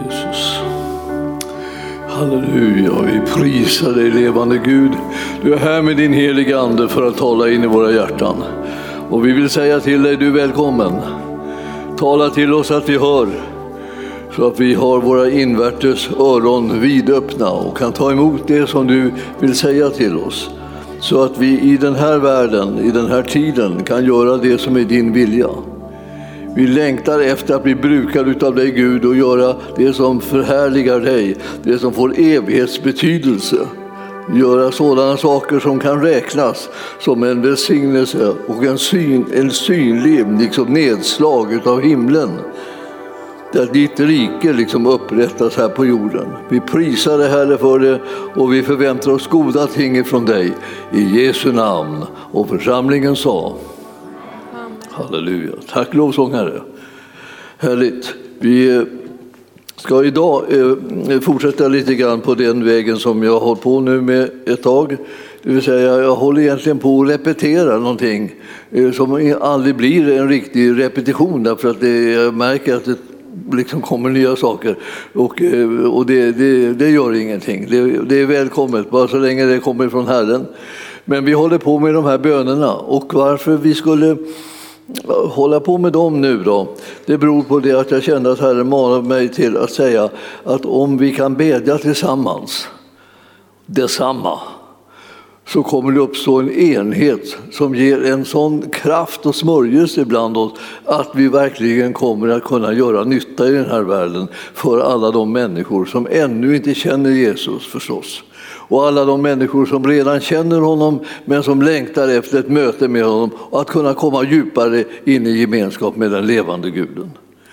Jesus. Halleluja, vi prisar dig levande Gud. Du är här med din heliga ande för att tala in i våra hjärtan. Och vi vill säga till dig, du är välkommen. Tala till oss att vi hör, så att vi har våra invärtes öron vidöppna och kan ta emot det som du vill säga till oss. Så att vi i den här världen, i den här tiden kan göra det som är din vilja. Vi längtar efter att bli brukade av dig Gud och göra det som förhärligar dig, det som får evighetsbetydelse. Göra sådana saker som kan räknas som en välsignelse och en synlig liksom nedslag av himlen. Där ditt rike liksom upprättas här på jorden. Vi prisar dig Herre för det och vi förväntar oss goda ting ifrån dig. I Jesu namn. Och församlingen sa: halleluja. Tack lovsångare. Härligt. Vi ska idag fortsätta lite grann på den vägen som jag har hållit på nu med ett tag. Det vill säga, jag håller egentligen på att repetera någonting som aldrig blir en riktig repetition, därför att jag märker att det liksom kommer nya saker och det gör ingenting. Det är välkommet, bara så länge det kommer från Herren. Men vi håller på med de här bönerna, och varför vi skulle hålla på med dem nu då, det beror på det att jag kände att Herren manade mig till att säga att om vi kan bedja tillsammans detsamma, så kommer det uppstå en enhet som ger en sån kraft och smörjelse ibland oss att vi verkligen kommer att kunna göra nytta i den här världen för alla de människor som ännu inte känner Jesus förstås. Och alla de människor som redan känner honom men som längtar efter ett möte med honom och att kunna komma djupare in i gemenskap med den levande Guden.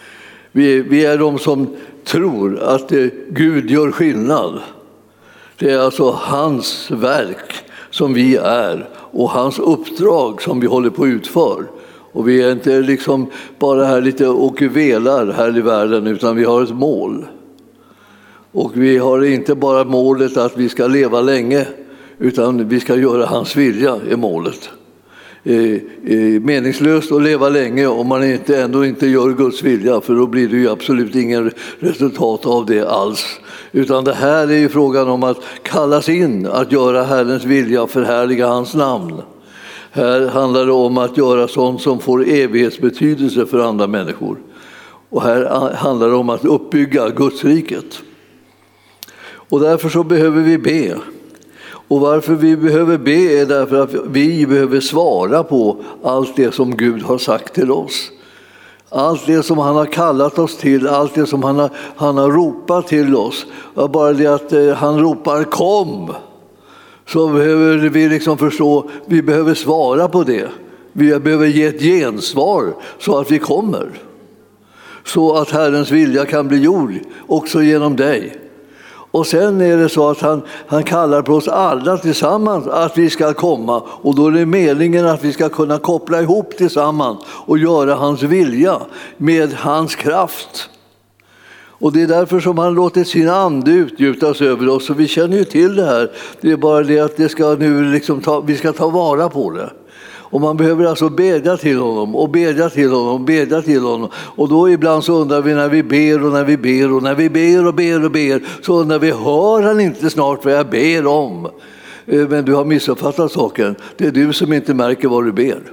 Vi är de som tror att Gud gör skillnad. Det är alltså hans verk som vi är och hans uppdrag som vi håller på att utföra. Och vi är inte liksom bara här lite och velar här i världen, utan vi har ett mål. Och vi har inte bara målet att vi ska leva länge, utan vi ska göra hans vilja är målet. Meningslöst att leva länge om man ändå inte gör Guds vilja, för då blir det ju absolut ingen resultat av det alls. Utan det här är ju frågan om att kallas in att göra Herrens vilja och förhärliga hans namn. Här handlar det om att göra sånt som får evighetsbetydelse för andra människor. Och här handlar det om att uppbygga Guds riket. Och därför så behöver vi be. Och varför vi behöver be är därför att vi behöver svara på allt det som Gud har sagt till oss. Allt det som han har kallat oss till, allt det som han har ropat till oss. Bara det att han ropar kom, så behöver vi liksom förstå, vi behöver svara på det. Vi behöver ge ett gensvar så att vi kommer. Så att Herrens vilja kan bli gjord också genom dig. Och sen är det så att han kallar på oss alla tillsammans att vi ska komma. Och då är det meningen att vi ska kunna koppla ihop tillsammans och göra hans vilja med hans kraft. Och det är därför som han låter sin ande utgjutas över oss. Och vi känner ju till det här. Det är bara det att vi ska ta vara på det. Och man behöver alltså bedja till honom och bedja till honom och bedja till honom. Och då ibland så undrar vi när vi ber och när vi ber och när vi ber och ber och ber, så undrar vi, hör han inte snart vad jag ber om? Men du har missuppfattat saken. Det är du som inte märker vad du ber.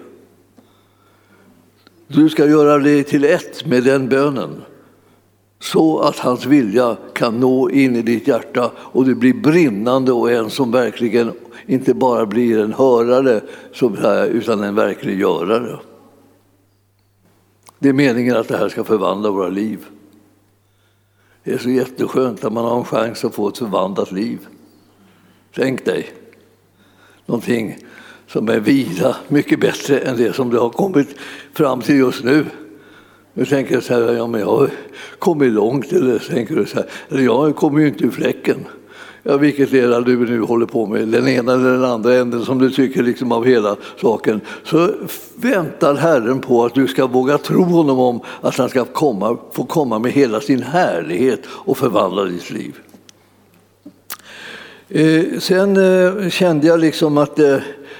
Du ska göra det till ett med den bönen, så att hans vilja kan nå in i ditt hjärta och det blir brinnande och en som verkligen inte bara blir en hörare utan en verklig görare. Det är meningen att det här ska förvandla våra liv. Det är så jätteskönt att man har en chans att få ett förvandlat liv. Tänk dig någonting som är vida mycket bättre än det som det har kommit fram till just nu. Nu tänker jag så här, ja, men jag har kommit långt, eller tänker du så här, eller jag kommer ju inte ur fläcken. Ja, vilket är du nu håller på med, den ena eller den andra änden som du tycker liksom av hela saken, så väntar Herren på att du ska våga tro honom om att han ska få komma med hela sin härlighet och förvandla ditt liv. Sen kände jag liksom att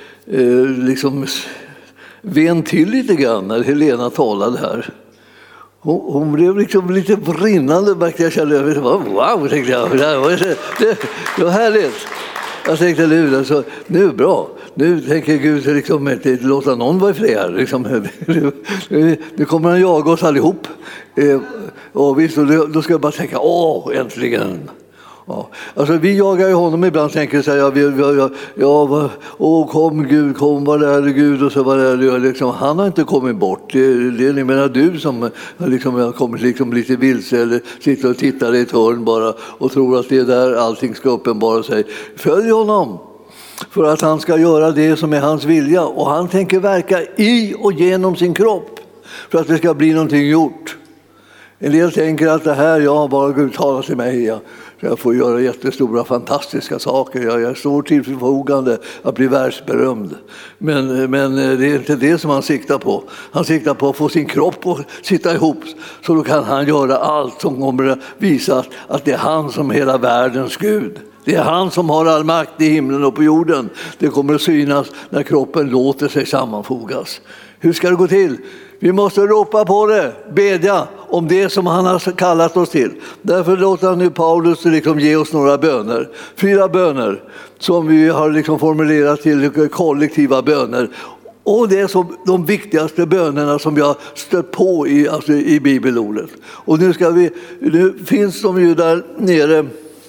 ven till lite grann när Helena talade här. Hon blev liksom lite brinnande, märkte jag. Kände, wow, tänkte jag. Det var härligt. Jag tänkte nu är bra. Nu tänker Gud liksom inte låta någon vara i fred. Liksom, nu kommer han jaga oss allihop. Och visst, då ska jag bara tänka, äntligen. Ja. Alltså, vi jagar ju honom ibland, tänker så här, kom Gud, kom, var är Gud, och så var det liksom, han har inte kommit bort. Det är menar du som liksom har kommit liksom lite vilse eller sitter och tittar i ett hörn bara och tror att det är där allting ska uppenbara sig. Följ honom, för att han ska göra det som är hans vilja, och han tänker verka i och genom sin kropp för att det ska bli någonting gjort. En del tänker att det här, bara Gud talar till mig, jag får göra jättestora, fantastiska saker. Jag står till förfogande att bli världsberömd. Men det är inte det som han siktar på. Han siktar på att få sin kropp att sitta ihop. Så då kan han göra allt som kommer att visa att det är han som är hela världens Gud. Det är han som har all makt i himlen och på jorden. Det kommer att synas när kroppen låter sig sammanfogas. Hur ska det gå till? Vi måste ropa på det, bedja om det som han har kallat oss till. Därför låter han nu Paulus liksom ge oss några böner. 4 böner som vi har liksom formulerat till kollektiva böner. Och det är som de viktigaste bönerna som vi har stött på i bibelordet. Och nu finns de ju där nere.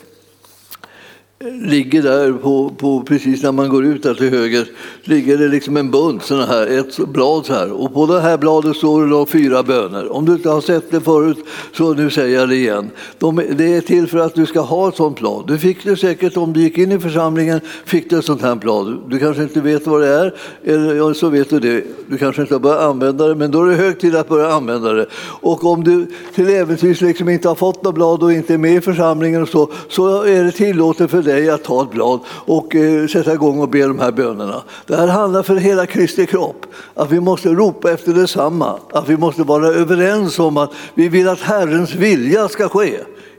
Ligger där på precis när man går ut där till höger, ligger det liksom en bunt såna här, ett blad så här, och på det här bladet står det 4 böner. Om du inte har sett det förut, så nu säger jag det igen. Det är till för att du ska ha ett sånt blad. Du fick det säkert om du gick in i församlingen, fick du ett sånt här blad. Du kanske inte vet vad det är, eller så vet du det. Du kanske inte har börjat använda det, men då är det hög tid att börja använda det. Och om du till äventyrs liksom inte har fått något blad och inte är med i församlingen och så är det tillåtet för dig att ta ett blad och sätta igång och be de här bönerna. Det här handlar för hela Kristi kropp. Att vi måste ropa efter detsamma. Att vi måste vara överens om att vi vill att Herrens vilja ska ske.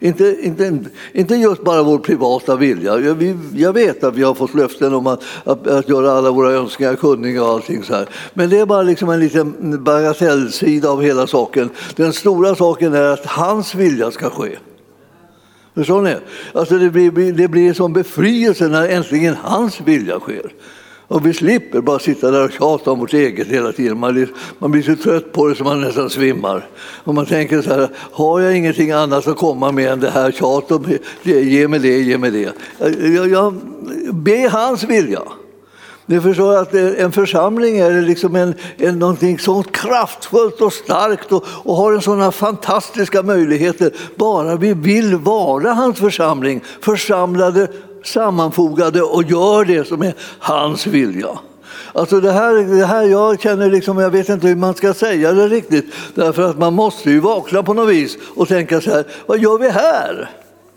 Inte just bara vår privata vilja. Jag vet att vi har fått löften om att göra alla våra önskningar kunniga och allting så här. Men det är bara liksom en liten bagatellsida av hela saken. Den stora saken är att hans vilja ska ske. Förstår ni? Alltså det blir en sån befrielse när äntligen hans vilja sker. Och vi slipper bara sitta där och tjata om vårt eget hela tiden. Man blir så trött på det som man nästan svimmar. Och man tänker så här, har jag ingenting annat att komma med än det här tjatet? Ge mig det. Jag be hans vilja. Ni förstår att en församling är liksom någonting så kraftfullt och starkt och har en sådana fantastiska möjligheter. Bara vi vill vara hans församling, församlade, sammanfogade och gör det som är hans vilja. Alltså det här jag känner liksom, jag vet inte hur man ska säga det riktigt. Därför att man måste ju vakna på något vis och tänka så här, vad gör vi här?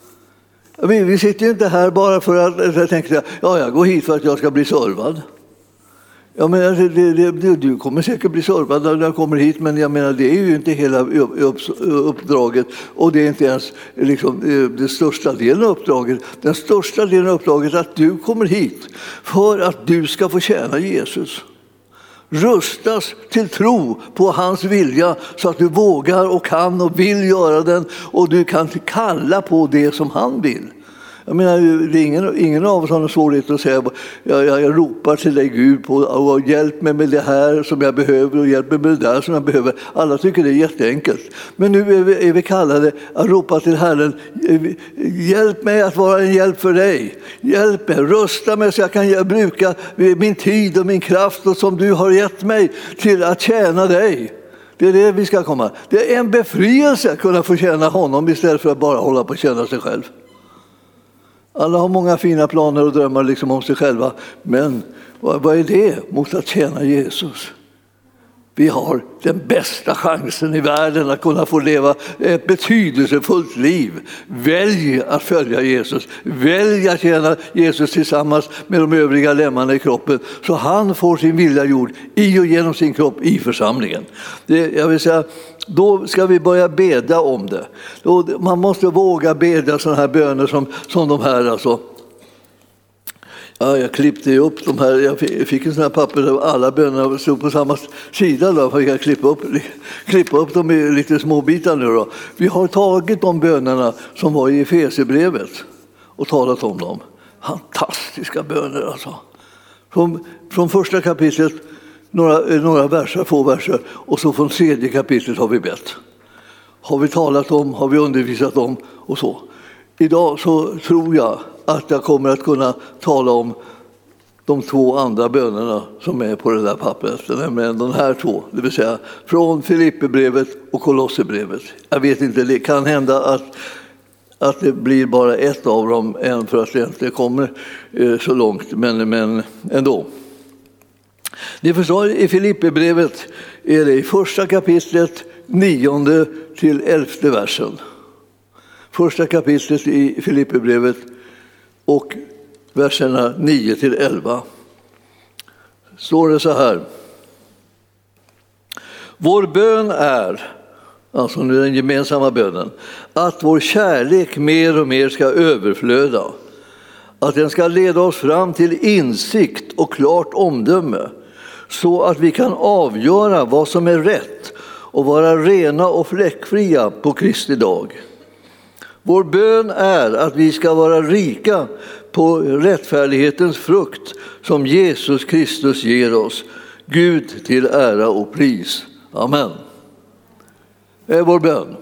Vi sitter ju inte här bara för att jag tänkte, jag går hit för att jag ska bli servad. Jag menar, du kommer säkert bli servad när du kommer hit, men jag menar, det är ju inte hela uppdraget, och det är inte ens liksom, den största delen av uppdraget. Den största delen av uppdraget är att du kommer hit för att du ska få tjäna Jesus. Rustas till tro på hans vilja så att du vågar och kan och vill göra den, och du kan kalla på det som han vill. Jag menar, det är ingen av oss har någon svårighet att säga jag ropar till dig Gud på, och hjälp mig med det här som jag behöver och hjälp mig med det där som jag behöver. Alla tycker det är jätteenkelt. Men nu är vi kallade att ropa till Herren, hjälp mig att vara en hjälp för dig. Hjälp mig, rusta mig så jag kan bruka min tid och min kraft och som du har gett mig till att tjäna dig. Det är det vi ska komma. Det är en befrielse att kunna få tjäna honom istället för att bara hålla på att tjäna sig själv. Alla har många fina planer och drömmar liksom om sig själva. Men vad är det mot att tjäna Jesus? Vi har den bästa chansen i världen att kunna få leva ett betydelsefullt liv. Välj att följa Jesus. Välj att tjäna Jesus tillsammans med de övriga lemmarna i kroppen. Så han får sin vilja gjord i och genom sin kropp i församlingen. Jag vill säga, då ska vi börja bedja om det. Man måste våga bedja sådana här böner som de här. Alltså. Ja, jag klippte upp de här. Jag fick en sån här papper där alla bönerna stod på samma sida. Då fick jag klippa upp dem i lite små bitar nu då. Vi har tagit de bönerna som var i Efesierbrevet och talat om dem. Fantastiska böner alltså. Från första kapitlet, några verser, få verser, och så från tredje kapitlet har vi bett. Har vi talat om, har vi undervisat om och så. Idag så tror jag att jag kommer att kunna tala om de 2 andra bönerna som är på det där pappret, nämligen de här 2, det vill säga från Filipperbrevet och Kolosserbrevet. Jag vet inte, det kan hända att det blir bara ett av dem än för att det inte kommer så långt, men ändå. Ni förstår, i Filipperbrevet är det i första kapitlet 9 till 11 versen. Första kapitlet i Filipperbrevet och verserna 9 till 11. Står det så här. Vår bön är, alltså nu den gemensamma bönen, att vår kärlek mer och mer ska överflöda. Att den ska leda oss fram till insikt och klart omdöme, så att vi kan avgöra vad som är rätt och vara rena och fläckfria på Kristi dag. Vår bön är att vi ska vara rika på rättfärdighetens frukt som Jesus Kristus ger oss. Gud till ära och pris. Amen. Det är vår bön.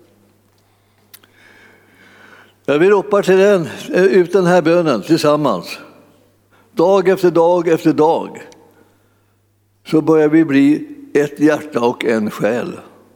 Jag vill ropar till ut den här bönen tillsammans. Dag efter dag efter dag. Så börjar vi bli ett hjärta och en själ.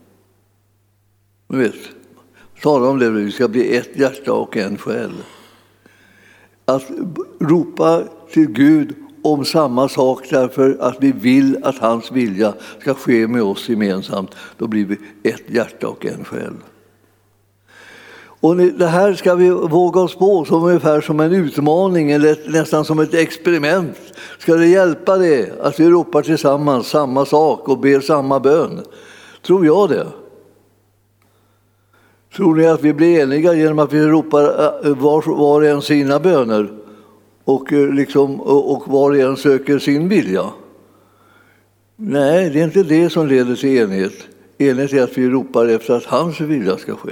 Du vet, tala om det, vi ska bli ett hjärta och en själ. Att ropa till Gud om samma sak därför att vi vill att hans vilja ska ske med oss gemensamt. Då blir vi ett hjärta och en själ. Och det här ska vi våga oss på som ungefär som en utmaning eller nästan som ett experiment. Ska det hjälpa det att vi ropar tillsammans samma sak och ber samma bön? Tror jag det? Tror ni att vi blir eniga genom att vi ropar var och en sina böner och var och en söker sin vilja? Nej, det är inte det som leder till enighet. Enighet är att vi ropar efter att hans vilja ska ske.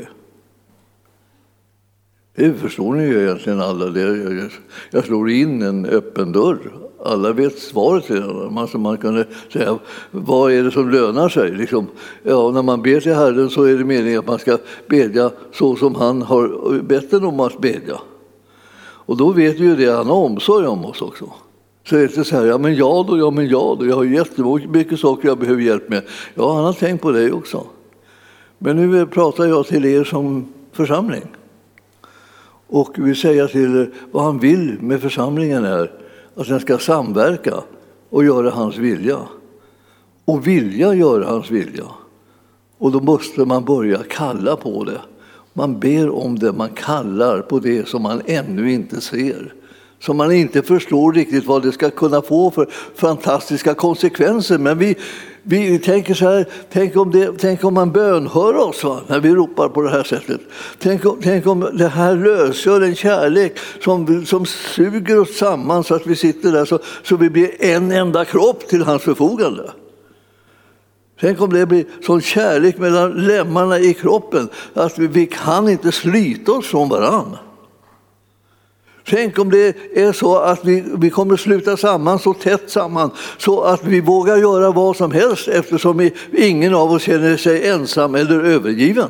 Det förstår ni ju egentligen alla. Jag slår in en öppen dörr. Alla vet svaret till det. Man kan säga, vad är det som lönar sig? När man ber till Herren så är det meningen att man ska bedja så som han har bett en om att bedja. Och då vet vi ju det, han har omsorg om oss också. Så är det inte så här, ja men ja då, jag har jättemycket saker jag behöver hjälp med. Ja, han har tänkt på det också. Men nu pratar jag till er som församling. Och vi säger till vad han vill med församlingen är att den ska samverka och göra hans vilja. Och vilja göra hans vilja. Och då måste man börja kalla på det. Man ber om det, man kallar på det som man ännu inte ser. Som man inte förstår riktigt vad det ska kunna få för fantastiska konsekvenser. Men vi tänker så här, tänk om man bönhör oss när vi ropar på det här sättet. Tänk om det här lösgör en kärlek som suger oss samman så att vi sitter där så vi blir en enda kropp till hans förfogande. Tänk om det blir sån kärlek mellan lemmarna i kroppen att vi kan inte slita oss från varann. Tänk om det är så att vi kommer sluta samman så tätt samman så att vi vågar göra vad som helst eftersom ingen av oss känner sig ensam eller övergiven.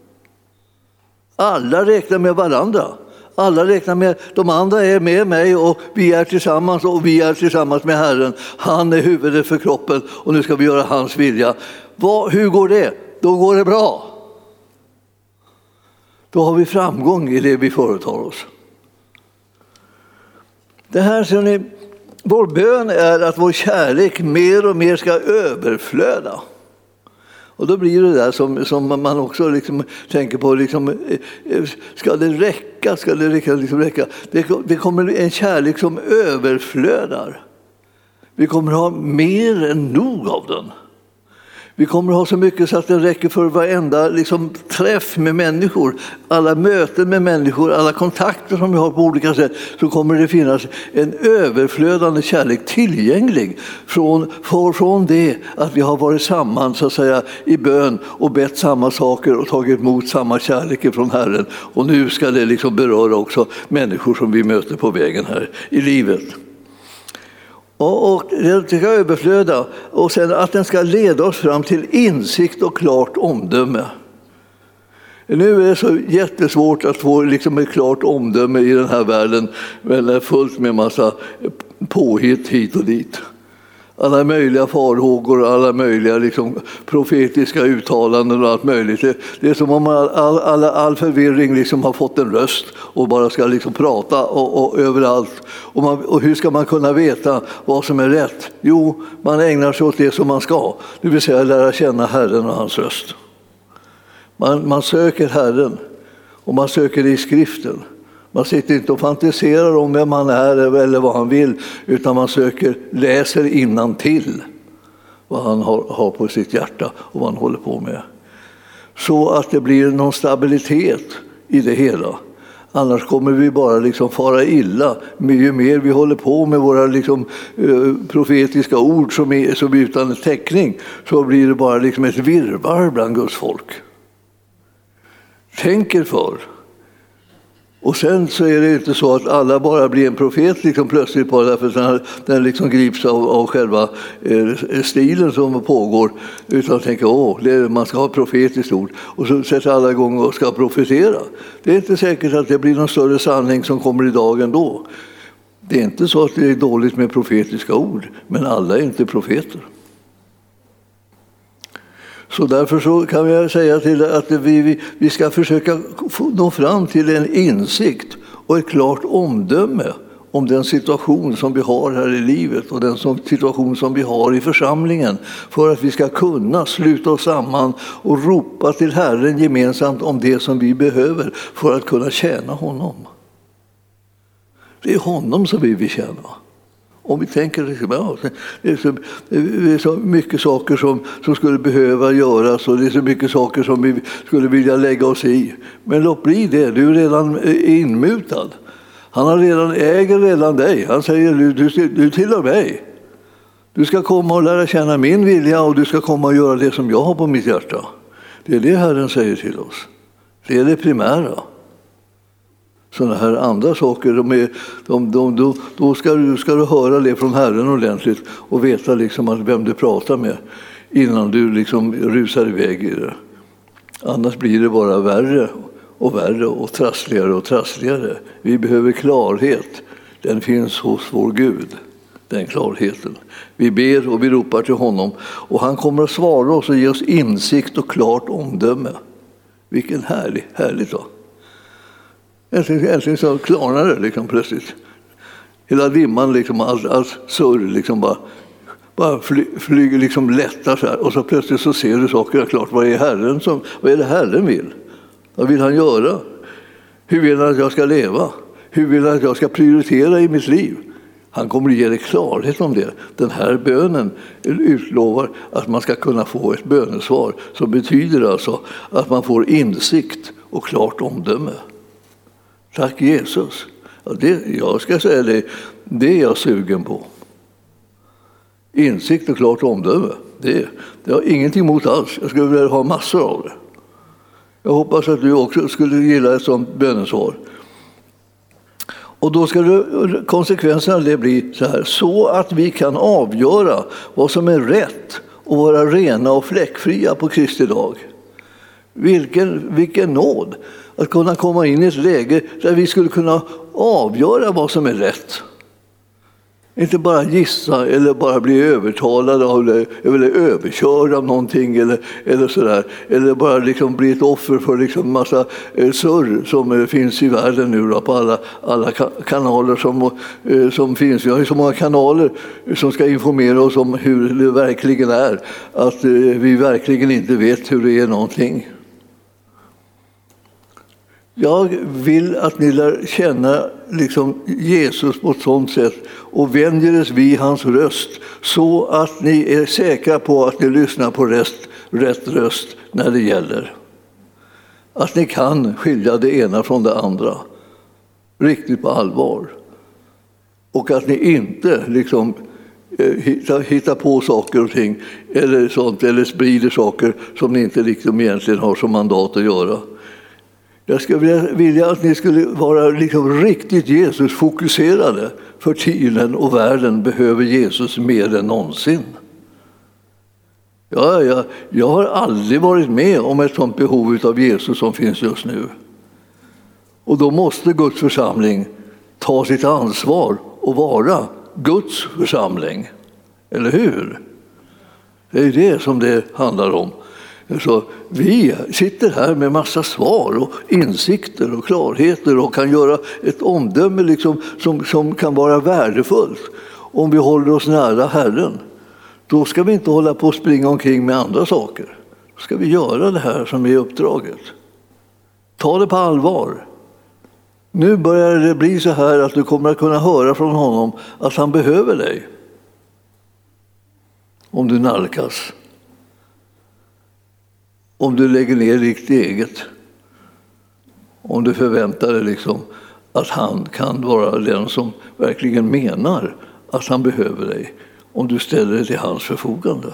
Alla räknar med varandra. Alla räknar med de andra är med mig och vi är tillsammans med Herren. Han är huvudet för kroppen och nu ska vi göra hans vilja. Hur går det? Då går det bra. Då har vi framgång i det vi företar oss. Det här som ni, vår bön är att vår kärlek mer och mer ska överflöda. Och då blir det där som man också tänker på, ska det räcka? Det kommer en kärlek som överflödar. Vi kommer ha mer än nog av den. Vi kommer att ha så mycket så att det räcker för varenda träff med människor. Alla möten med människor, alla kontakter som vi har på olika sätt, så kommer det finnas en överflödande kärlek tillgänglig från det att vi har varit samman så att säga, i bön och bett samma saker och tagit emot samma kärlek från Herren. Och nu ska det beröra också människor som vi möter på vägen här i livet. Och det ska överflöda, och sen att den ska leda oss fram till insikt och klart omdöme. Nu är det så jättesvårt att få ett klart omdöme i den här världen, men det är fullt med massa påhitt hit och dit. Alla möjliga farhågor och alla möjliga profetiska uttalanden och allt möjligt. Det är som om all förvirring har fått en röst och bara ska prata och överallt. Och hur ska man kunna veta vad som är rätt? Jo, man ägnar sig åt det som man ska. Det vill säga lära känna Herren och hans röst. Man söker Herren och man söker det i skriften. Man sitter inte och fantiserar om vem han är eller vad han vill, utan man läser innantill vad han har på sitt hjärta och vad han håller på med. Så att det blir någon stabilitet i det hela. Annars kommer vi bara fara illa. Ju mer vi håller på med våra profetiska ord som är utan täckning, så blir det bara ett virrvarr bland Guds folk. Tänk er för. Och sen så är det inte så att alla bara blir en profet plötsligt bara därför att den grips av själva stilen som pågår, utan tänker man ska ha profetiskt ord, och så sätter alla igång och ska profetera. Det är inte säkert att det blir någon större sanning som kommer i dagen då. Det är inte så att det är dåligt med profetiska ord, men alla är inte profeter. Så därför så kan jag säga till att vi ska försöka nå fram till en insikt och ett klart omdöme om den situation som vi har här i livet och den situation som vi har i församlingen, för att vi ska kunna sluta oss samman och ropa till Herren gemensamt om det som vi behöver för att kunna tjäna honom. Det är honom som vi vill tjäna. Om vi tänker det är så mycket saker som skulle behöva göras, och det är så mycket saker som vi skulle vilja lägga oss i. Men låt bli det, du är redan inmutad. Han äger redan dig. Han säger, du tillhör mig. Du ska komma och lära känna min vilja, och du ska komma och göra det som jag har på mitt hjärta. Det är det Herren säger till oss. Det är det primära. Sådana här andra saker, då ska du höra det från Herren ordentligt och veta vem du pratar med innan du rusar iväg i det. Annars blir det bara värre och värre och trassligare. Vi behöver klarhet. Den finns hos vår Gud, den klarheten. Vi ber och vi ropar till honom, och han kommer att svara oss och ge oss insikt och klart omdöme. Vilken härligt då. Äntligen så klarnar det plötsligt. Hela dimman, allt surr bara flyger lättar så här. Och så plötsligt så ser du sakerna klart. Vad är det Herren vill? Vad vill han göra? Hur vill han att jag ska leva? Hur vill han att jag ska prioritera i mitt liv? Han kommer att ge dig klarhet om det. Den här bönen utlovar att man ska kunna få ett bönesvar som betyder alltså att man får insikt och klart omdöme. Tack Jesus. Jag ska säga det är jag sugen på. Insikt och klart omdöme. Det har ingenting emot alls. Jag skulle vilja ha massor av det. Jag hoppas att du också skulle gilla ett sånt bönesvar. Och då ska konsekvenserna av det bli så här: så att vi kan avgöra vad som är rätt och vara rena och fläckfria på Kristi dag. Vilken nåd att kunna komma in i ett läge där vi skulle kunna avgöra vad som är rätt. Inte bara gissa eller bara bli övertalade eller överkörd av någonting eller sådär. Eller bara bli ett offer för massa surr som finns i världen nu då, på alla kanaler som finns. Vi har ju så många kanaler som ska informera oss om hur det verkligen är. Att vi verkligen inte vet hur det är någonting. Jag vill att ni lär känna Jesus på ett sådant sätt och vänjer er vid hans röst så att ni är säkra på att ni lyssnar på rätt röst när det gäller. Att ni kan skilja det ena från det andra riktigt på allvar. Och att ni inte hittar på saker och ting eller sprider saker som ni inte egentligen har som mandat att göra. Jag skulle vilja att ni skulle vara riktigt Jesus-fokuserade, för tiden och världen behöver Jesus mer än någonsin. Jag har aldrig varit med om ett sådant behov av Jesus som finns just nu. Och då måste Guds församling ta sitt ansvar och vara Guds församling. Eller hur? Det är det som det handlar om. Så vi sitter här med massa svar och insikter och klarheter och kan göra ett omdöme som kan vara värdefullt om vi håller oss nära Herren. Då ska vi inte hålla på att springa omkring med andra saker. Då ska vi göra det här som är uppdraget. Ta det på allvar. Nu börjar det bli så här att du kommer att kunna höra från honom att han behöver dig. Om du nalkas. Om du lägger ner ditt eget. Om du förväntar dig att han kan vara den som verkligen menar att han behöver dig. Om du ställer dig till hans förfogande.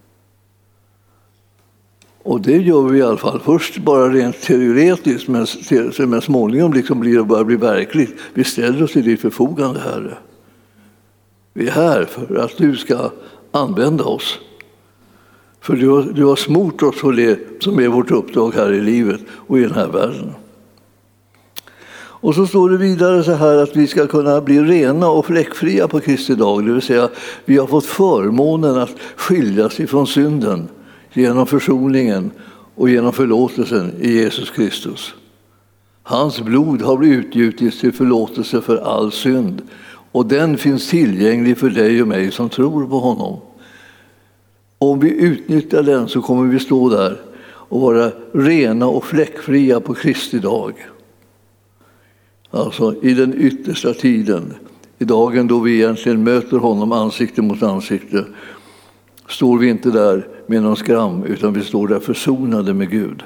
Och det gör vi i alla fall först bara rent teoretiskt, men småningom börjar det bli verkligt. Vi ställer oss till ditt förfogande, Herre. Vi är här för att du ska använda oss. För du har smort oss för det som är vårt uppdrag här i livet och i den här världen. Och så står det vidare så här att vi ska kunna bli rena och fläckfria på Kristi dag. Det vill säga, vi har fått förmånen att skiljas ifrån synden genom försoningen och genom förlåtelsen i Jesus Kristus. Hans blod har blivit utgjutits till förlåtelse för all synd. Och den finns tillgänglig för dig och mig som tror på honom. Om vi utnyttjar den så kommer vi stå där och vara rena och fläckfria på Kristi dag. Alltså i den yttersta tiden, i dagen då vi egentligen möter honom ansikte mot ansikte, står vi inte där med någon skram utan vi står där försonade med Gud.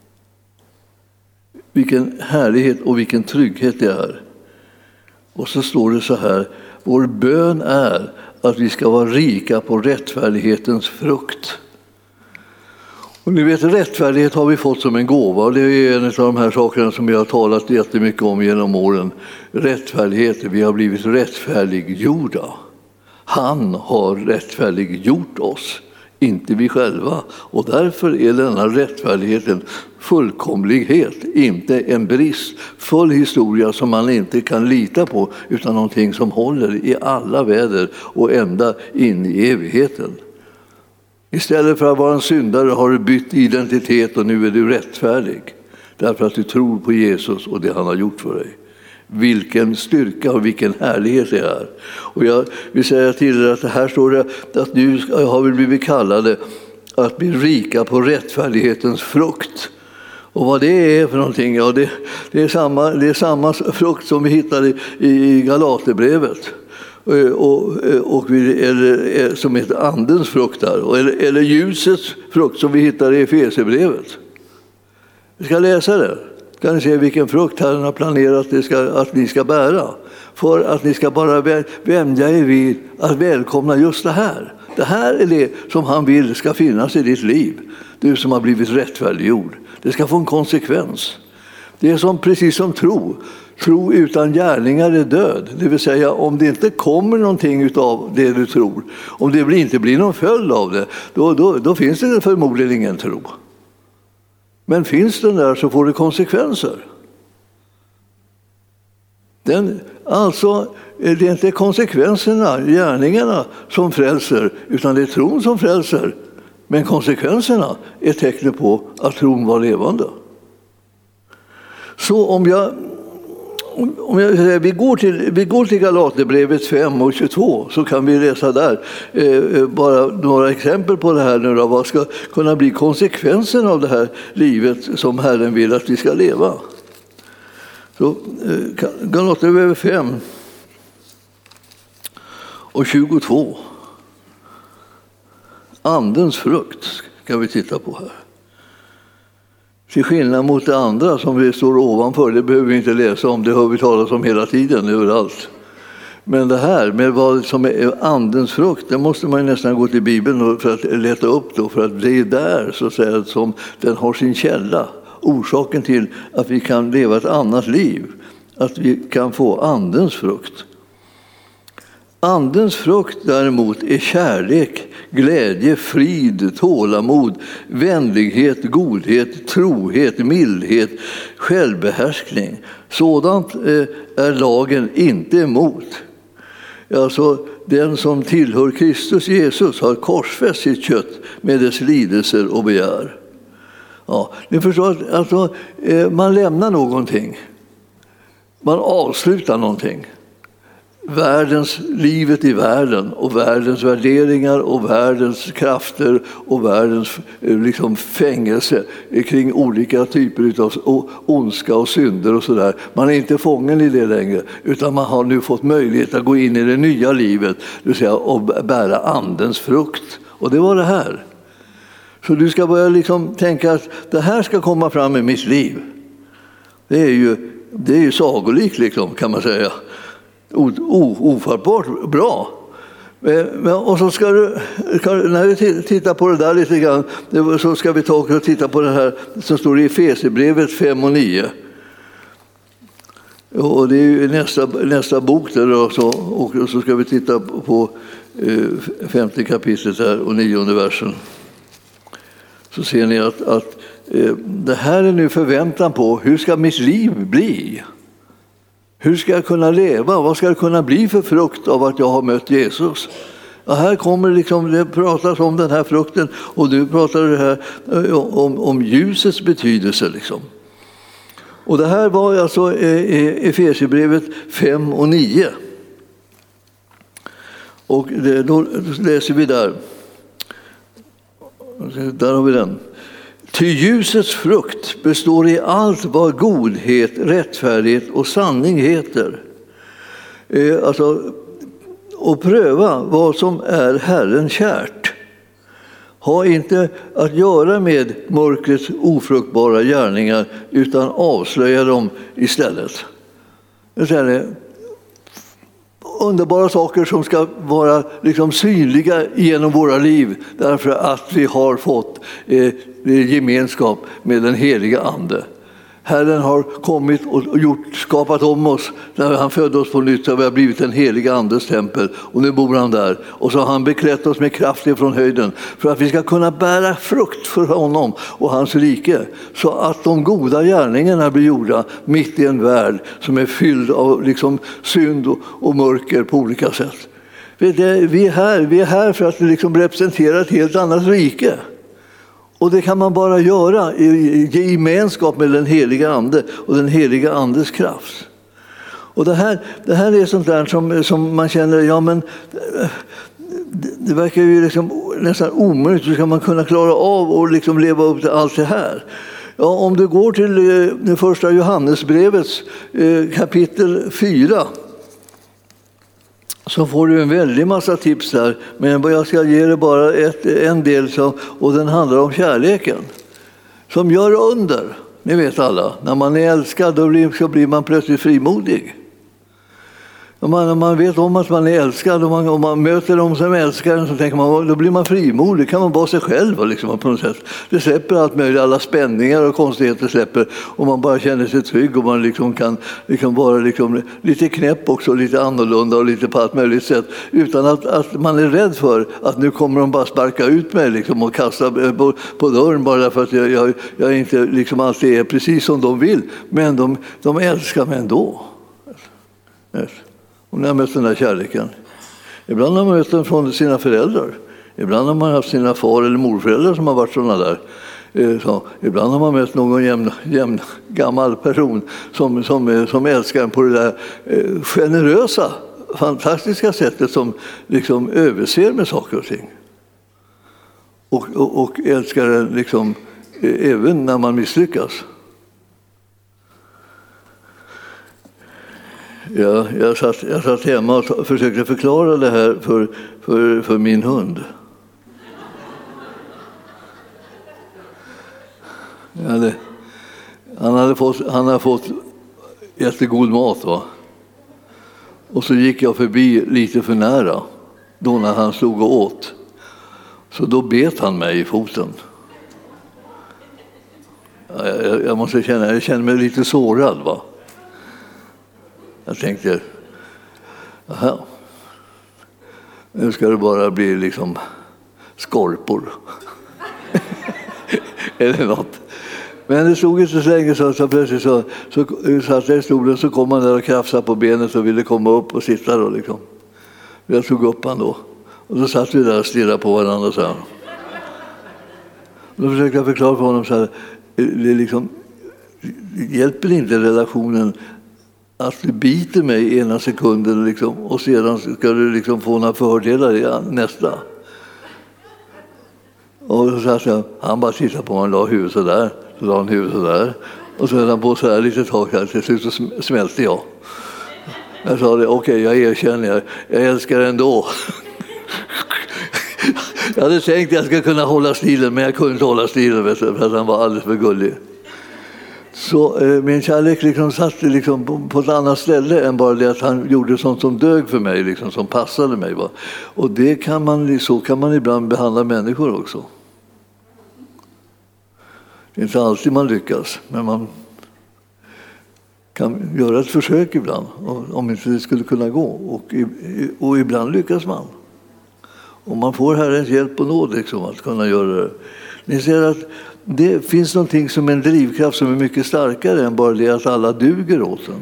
Vilken härlighet och vilken trygghet det är. Och så står det så här: vår bön är att vi ska vara rika på rättfärdighetens frukt. Och ni vet, rättfärdighet har vi fått som en gåva. Det är en av de här sakerna som vi har talat jättemycket om genom åren. Rättfärdighet, vi har blivit rättfärdiggjorda. Han har rättfärdiggjort oss, inte vi själva. Och därför är denna rättfärdigheten fullkomlighet, inte en brist. Full historia som man inte kan lita på utan någonting som håller i alla väder och ända in i evigheten. Istället för att vara en syndare har du bytt identitet och nu är du rättfärdig. Därför att du tror på Jesus och det han har gjort för dig. Vilken styrka och vilken härlighet det är. Och jag vill säga till er att det här står det att nu har vi blivit kallade att bli rika på rättfärdighetens frukt. Och vad det är för någonting, ja det är samma frukt som vi hittade i Galaterbrevet. Eller som heter andens frukt där, eller ljusets frukt som vi hittar i Efesierbrevet. Vi ska läsa det. Kan ni se vilken frukt Herren har planerat att ni ska bära. För att ni ska bara vänja er vid att välkomna just det här. Det här är det som han vill ska finnas i ditt liv. Du som har blivit rättfärdiggjord. Det ska få en konsekvens. Det är precis som tro. Tro utan gärningar är död. Det vill säga, om det inte kommer någonting av det du tror, om det inte blir någon följd av det, då finns det förmodligen ingen tro. Men finns den där så får det konsekvenser. Alltså, det är inte konsekvenserna, gärningarna som frälser, utan det är tron som frälser. Men konsekvenserna är tecken på att tron var levande. Så om vi går till Galaterbrevet 5 och 22 så kan vi läsa där bara några exempel på det här nu då. Vad ska kunna bli konsekvensen av det här livet som Herren vill att vi ska leva? Så Galaterbrevet 5 och 22. Andens frukt ska vi titta på här. Till skillnad mot det andra som vi står ovanför, det behöver vi inte läsa om, det hör vi talas om hela tiden, överallt. Men det här med vad som är andens frukt, det måste man nästan gå till Bibeln för att leta upp då, för att det är där så att säga som den har sin källa. Orsaken till att vi kan leva ett annat liv, att vi kan få andens frukt. Andens frukt däremot är kärlek, glädje, frid, tålamod, vänlighet, godhet, trohet, mildhet, självbehärskning. Sådant är lagen inte emot. Alltså, den som tillhör Kristus Jesus har korsfäst sitt kött med dess lidelser och begär. Ja, ni förstår att alltså, man lämnar någonting. Man avslutar någonting. Livet i världen och världens värderingar och världens krafter och världens liksom, fängelse kring olika typer av ondska och synder och sådär. Man är inte fången i det längre, utan man har nu fått möjlighet att gå in i det nya livet, det vill säga och bära andens frukt. Och det var det här. Så du ska börja liksom tänka att det här ska komma fram i mitt liv. Det är ju sagolikt liksom, kan man säga. Ofattbart bra. Och så ska du, när vi tittar på det där lite grann, så ska vi ta och titta på det här som står i Efesierbrevet 5 och 9. Och det är ju nästa bok där och så ska vi titta på 5:e kapitlet här och 9:e versen. Så ser ni att det här är nu förväntan på hur ska mitt liv bli? Hur ska jag kunna leva? Vad ska det kunna bli för frukt av att jag har mött Jesus? Och här kommer det pratas om den här frukten, och du pratar det här om ljusets betydelse. Liksom. Och det här var alltså Efesierbrevet 5 och 9. Och då läser vi där. Där har vi den. Ty ljusets frukt består i allt vad godhet, rättfärdighet och sanning heter. Och pröva vad som är Herren kärt. Ha inte att göra med mörkrets ofruktbara gärningar, utan avslöja dem istället. Det är underbara saker som ska vara liksom synliga genom våra liv, därför att vi har fått gemenskap med den heliga Ande. Herren har kommit och skapat om oss. När han födde oss på nytt så har vi blivit en helig Andes tempel, och nu bor han där. Och så har han beklätt oss med kraft från höjden för att vi ska kunna bära frukt för honom och hans rike, så att de goda gärningarna blir gjorda mitt i en värld som är fylld av liksom synd och mörker på olika sätt. Vi är här för att liksom representera ett helt annat rike. Och det kan man bara göra i gemenskap med den heliga Ande och den heliga Andes kraft. Och det här är sånt där som man känner, ja men det verkar ju liksom nästan omöjligt. Hur ska man kunna klara av och liksom leva upp till allt det här? Ja, om du går till det första Johannesbrevets kapitel 4, så får du en väldig massa tips där. Men jag ska ge dig bara en del, och den handlar om kärleken. Som gör under. Ni vet alla, när man är älskad då blir man plötsligt frimodig. Om man vet om att man är älskad och man möter dem som älskar en, så tänker man, då blir man frimodig. Kan man vara sig själv liksom, på något sätt. Det släpper allt möjligt, alla spänningar och konstigheter släpper, och man bara känner sig trygg, och man liksom kan vara liksom lite knäpp också, lite annorlunda och lite på allt möjligt sätt, utan att man är rädd för att nu kommer de bara sparka ut mig liksom, och kasta på dörren bara därför att jag inte liksom alltid är precis som de vill, men de älskar mig ändå. Yes. Och när jag mött den här kärleken. Ibland har man mött den från sina föräldrar. Ibland har man haft sina far- eller morföräldrar som har varit sådana där. Så, ibland har man mött någon jämn gammal person som älskar en på det där generösa, fantastiska sättet, som liksom överser med saker och ting. Och älskar en liksom, även när man misslyckas. Jag satt hemma och försökte förklara det här för min hund. Han hade fått jättegod mat, va? Och så gick jag förbi lite för nära då när han stod och åt. Så då bet han mig i foten. Jag känner mig lite sårad, va? Jag tänkte, aha, nu ska det bara bli liksom skorpor. Eller något. Men det stod inte så länge så plötsligt så satt jag i stolen, så kom han där och krafsade på benet och ville komma upp och sitta då liksom. Jag tog upp han då. Och så satt vi där och stirrade på varandra så här. Då försökte jag förklara för honom så här, det hjälper inte relationen att du biter mig ena sekunden liksom, och sedan ska du liksom få några fördelar i nästa. Och så satt jag, han bara tittade på mig och la huvudet så där. Så la han huvudet så där. Och så höll han på så här lite tag här. Till slut så smälte jag. Jag sa det, okej, jag erkänner, jag älskar ändå. Jag hade tänkt att jag skulle kunna hålla stilen, men jag kunde inte hålla stilen, vet du, för att han var alldeles för gullig. Så min kärlek liksom satt liksom på ett annat ställe än bara det att han gjorde sånt som dög för mig, liksom, som passade mig. Va? Och så kan man ibland behandla människor också. Det är inte alltid man lyckas, men man kan göra ett försök ibland, om inte det skulle kunna gå. Och ibland lyckas man. Och man får Herrens hjälp och nåd liksom, att kunna göra det. Ni ser att det finns någonting som en drivkraft som är mycket starkare än bara det att alla duger åt den.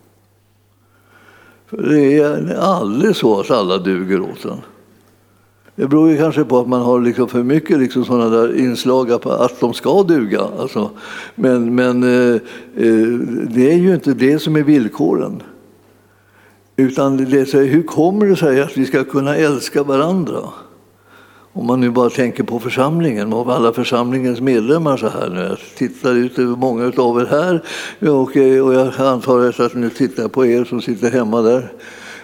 För det är aldrig så att alla duger åt den. Det beror ju kanske på att man har liksom för mycket liksom sådana där inslag på att de ska duga. Alltså. Men det är ju inte det som är villkoren. Utan det är, hur kommer det sig att vi ska kunna älska varandra? Om man nu bara tänker på församlingen, av alla församlingens medlemmar så här nu. Jag tittar ut över många av er här och jag antar att nu tittar på er som sitter hemma där.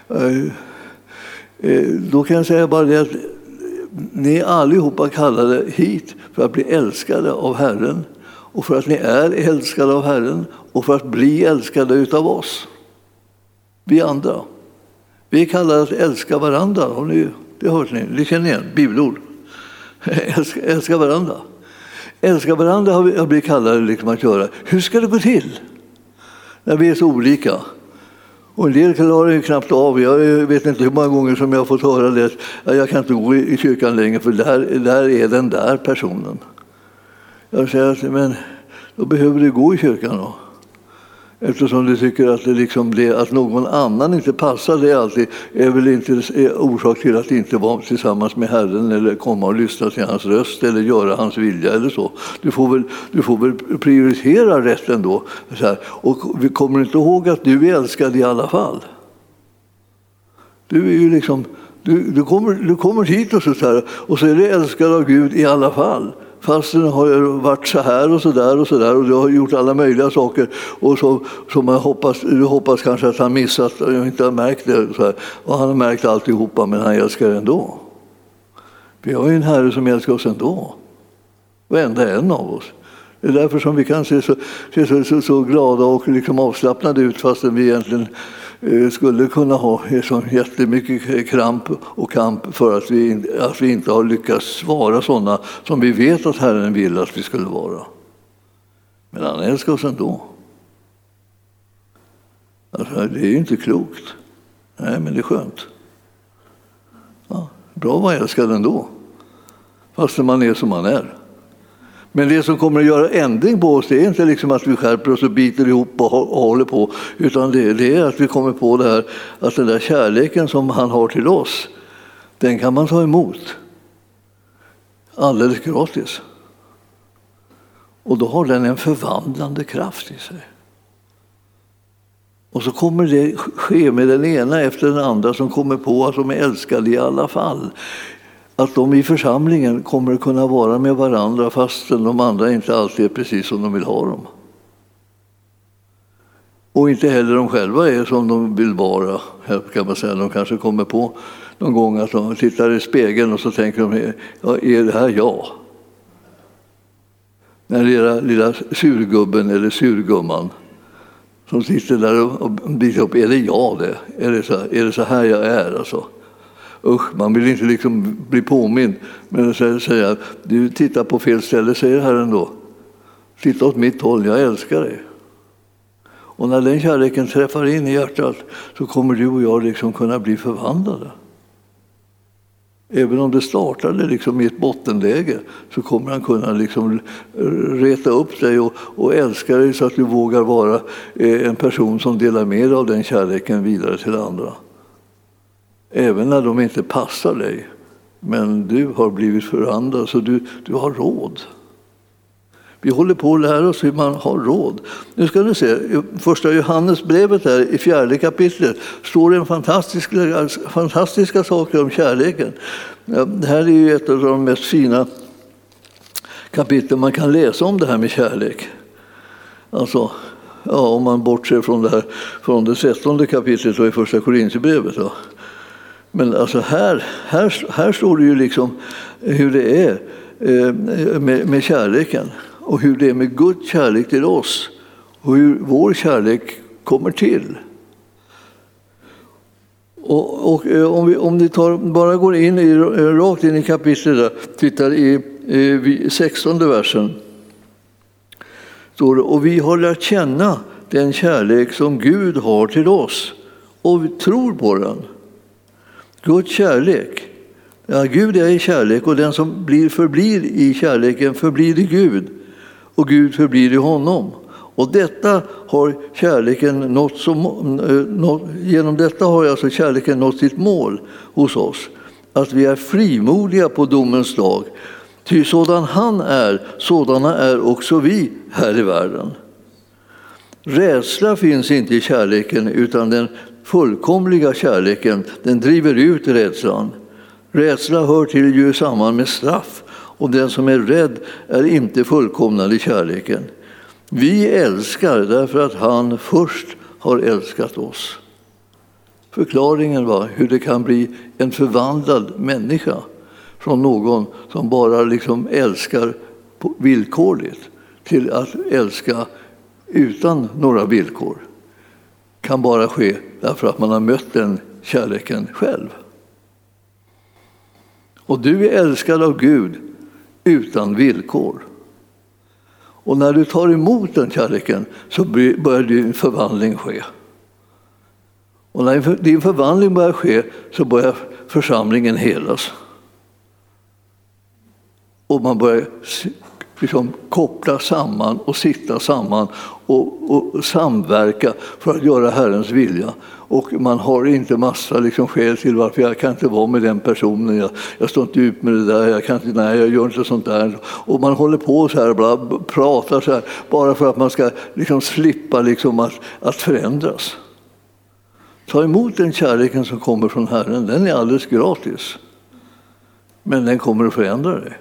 Då kan jag säga bara det att ni allihopa kallade hit för att bli älskade av Herren och för att ni är älskade av Herren och för att bli älskade utav oss. Vi andra. Vi kallar att älska varandra. Har ni, det hört ni? Det känner igen. Bibelord. Älska varandra. Älska varandra har vi blivit kallade liksom att göra. Hur ska det gå till? När vi är så olika. Och en del klarar ju knappt av. Jag vet inte hur många gånger som jag har fått höra det. Jag kan inte gå i kyrkan längre för där är den där personen. Jag säger att men då behöver du gå i kyrkan då. Eftersom du tycker att att någon annan inte passar, det är väl inte orsak till att inte vara tillsammans med Herren eller komma och lyssna till hans röst eller göra hans vilja eller så. Du får väl prioritera rätt ändå. Så här. Och vi kommer inte ihåg att du är älskad i alla fall. Du är ju liksom, du kommer hit och så är du älskad av Gud i alla fall. Fast den har varit så här och så där och du har gjort alla möjliga saker och så du hoppas kanske att han missat och inte har märkt det så här. Och han har märkt alltihopa, men han älskar ändå. Vi har ju en Herre som älskar oss ändå. Varenda en av oss. Det är därför som vi kan se så glada och liksom avslappnade ut fastän vi egentligen skulle kunna ha så jättemycket kramp och kamp för att vi inte har lyckats vara sådana som vi vet att Herren vill att vi skulle vara. Men han älskar oss ändå. Alltså, det är ju inte klokt. Nej, men det är skönt. Ja, bra att vara älskad ändå. Fast man är som man är. Men det som kommer att göra ändring på oss, det är inte liksom att vi skärper oss och biter ihop och håller på, utan det är att vi kommer på det här att den där kärleken som han har till oss, den kan man ta emot alldeles gratis. Och då har den en förvandlande kraft i sig. Och så kommer det ske med den ena efter den andra som kommer på att de är älskade i alla fall. Att de i församlingen kommer att kunna vara med varandra fast de andra inte alltid är precis som de vill ha dem. Och inte heller de själva är som de vill vara, kan man säga. De kanske kommer på någon gång att de tittar i spegeln och så tänker de, ja, är det här jag? Den lilla surgubben eller surgumman som sitter där och biter upp, är det jag det? Är det så här jag är alltså? Usch, man vill inte liksom bli påmind, men säga, du tittar på fel ställe, säger Herren då. Titta åt mitt håll, jag älskar dig. Och när den kärleken träffar in i hjärtat så kommer du och jag liksom kunna bli förvandlade. Även om det startade liksom i ett bottenläge så kommer han kunna liksom reta upp dig och älska dig så att du vågar vara en person som delar med av den kärleken vidare till andra. Även när de inte passar dig. Men du har blivit förvandlad så du har råd. Vi håller på att lära oss hur man har råd. Nu ska ni se, i första Johannesbrevet här i 4:e kapitlet står det en fantastiska saker om kärleken. Det här är ju ett av de mest fina kapitel man kan läsa om det här med kärlek. Alltså, ja, om man bortser från det 13:e kapitlet och i första Korinthierbrevet. Men alltså här står det ju liksom hur det är med kärleken. Och hur det är med Guds kärlek till oss. Och hur vår kärlek kommer till. Och om ni bara går in rakt in i kapitlet, tittar i 16:e versen. Står det, och vi har lärt känna den kärlek som Gud har till oss. Och vi tror på den. Guds kärlek. Ja, Gud är i kärlek och den som förblir i kärleken förblir i Gud. Och Gud förblir i honom. Och detta har kärleken genom detta har alltså kärleken nått sitt mål hos oss. Att vi är frimodiga på domens dag. Ty sådan han är, sådana är också vi här i världen. Rädsla finns inte i kärleken utan den fullkomliga kärleken, den driver ut rädslan. Rädsla hör till ju samman med straff. Och den som är rädd är inte fullkomnad i kärleken. Vi älskar därför att han först har älskat oss. Förklaringen var hur det kan bli en förvandlad människa från någon som bara liksom älskar villkorligt till att älska utan några villkor. Kan bara ske därför att man har mött den kärleken själv. Och du är älskad av Gud utan villkor. Och när du tar emot den kärleken så börjar din förvandling ske. Och när din förvandling börjar ske så börjar församlingen helas. Och man börjar liksom koppla samman och sitta samman och samverka för att göra Herrens vilja. Och man har inte massa liksom skäl till varför jag kan inte vara med den personen. Jag står inte ut med det där. Jag gör inte sånt där. Och man håller på så här, pratar så här, bara för att man ska liksom slippa liksom att förändras. Ta emot den kärleken som kommer från Herren. Den är alldeles gratis. Men den kommer att förändra dig.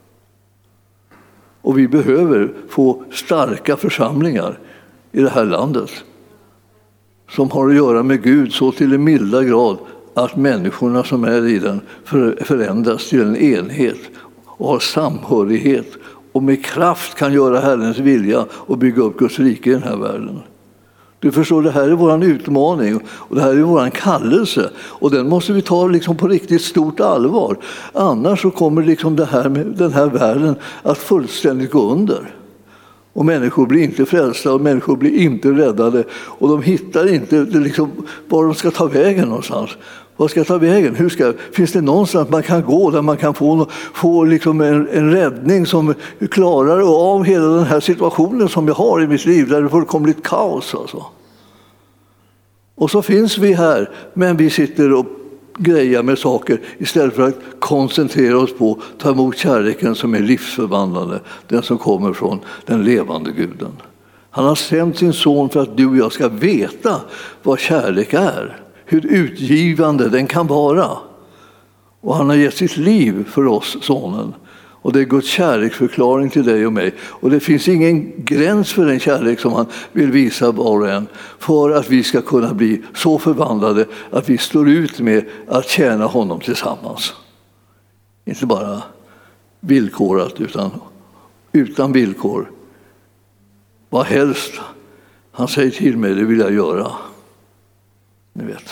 Och vi behöver få starka församlingar i det här landet som har att göra med Gud så till en milda grad att människorna som är i den förändras till en enhet och har samhörighet och med kraft kan göra Herrens vilja och bygga upp Guds rike i den här världen. Du förstår, det här är vår utmaning och det här är vår kallelse och den måste vi ta liksom på riktigt stort allvar. Annars så kommer liksom den här världen att fullständigt gå under. Och människor blir inte frälsta och människor blir inte räddade och de hittar inte liksom var de ska ta vägen någonstans. Vad ska jag ta vägen? Finns det någonstans man kan gå där man kan få liksom en räddning som klarar av hela den här situationen som jag har i mitt liv där det fullkomligt kaos alltså. Och så finns vi här, men vi sitter och grejar med saker istället för att koncentrera oss på att ta emot kärleken som är livsförvandlande, den som kommer från den levande Guden. Han har sänt sin son för att du och jag ska veta vad kärlek är. Hur utgivande den kan vara. Och han har gett sitt liv för oss, sonen. Och det är Guds kärleksförklaring till dig och mig. Och det finns ingen gräns för den kärlek som han vill visa var och en. För att vi ska kunna bli så förvandlade att vi står ut med att tjäna honom tillsammans. Inte bara villkorat utan villkor. Vad helst han säger till mig, det vill jag göra. Ni vet.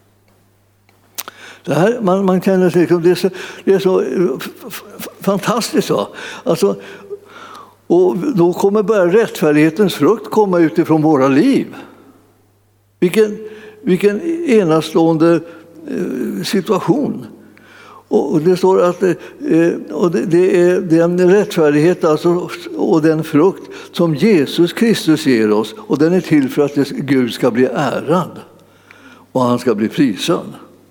Det här, man känner sig, det är så fantastiskt. Va? Alltså, och då kommer bara rättfärdighetens frukt komma utifrån våra liv. Vilken enastående situation. Och det står att det är den rättfärdighet alltså, och den frukt som Jesus Kristus ger oss, och den är till för att Gud ska bli ärad och han ska bli prisad.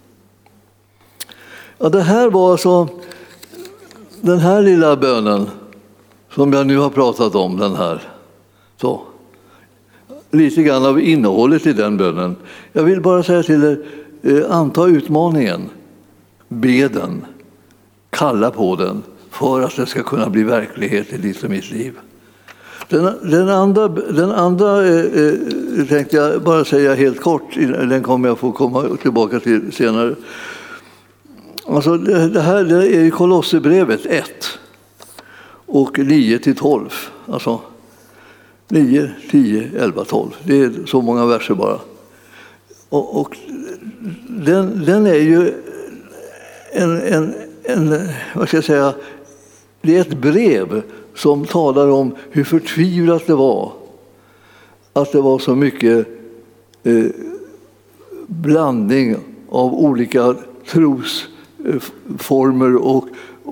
Ja, det här var alltså den här lilla bönen som jag nu har pratat om. Den här. Så. Lite grann av innehållet i den bönen. Jag vill bara säga till er, anta utmaningen. Be den. Kalla på den för att det ska kunna bli verklighet i ditt och mitt liv. Den andra tänkte jag bara säga helt kort. Den kommer jag få komma tillbaka till senare. Alltså det här det är Kolosserbrevet 1 och 9-12. Alltså 9, 10, 11, 12. Det är så många verser bara. Och den är ju en vad ska jag säga, det är ett brev som talar om hur förtvivlat det var att det var så mycket blandning av olika trosformer och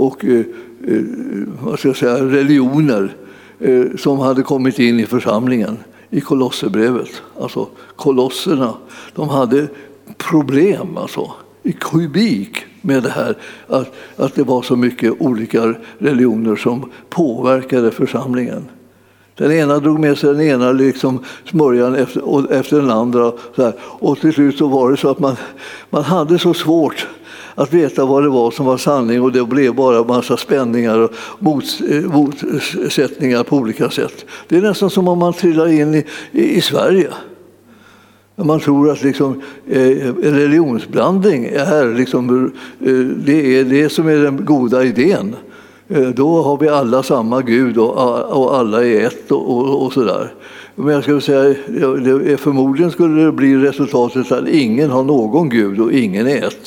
vad ska jag säga, religioner som hade kommit in i församlingen i Kolosserbrevet. Alltså kolosserna, de hade problem alltså, i kubik med det här att det var så mycket olika religioner som påverkade församlingen. Den ena drog med sig den ena liksom smörjan efter den andra. Så här. Och till slut så var det så att man hade så svårt att veta vad det var som var sanning, och det blev bara en massa spänningar och motsättningar på olika sätt. Det är nästan som om man trillar in i Sverige. Man tror att liksom, religionsblandning är liksom, det är det som är den goda idén. Då har vi alla samma Gud och alla är ett och sådär. Men jag skulle säga, förmodligen skulle det bli resultatet att ingen har någon Gud och ingen är ett.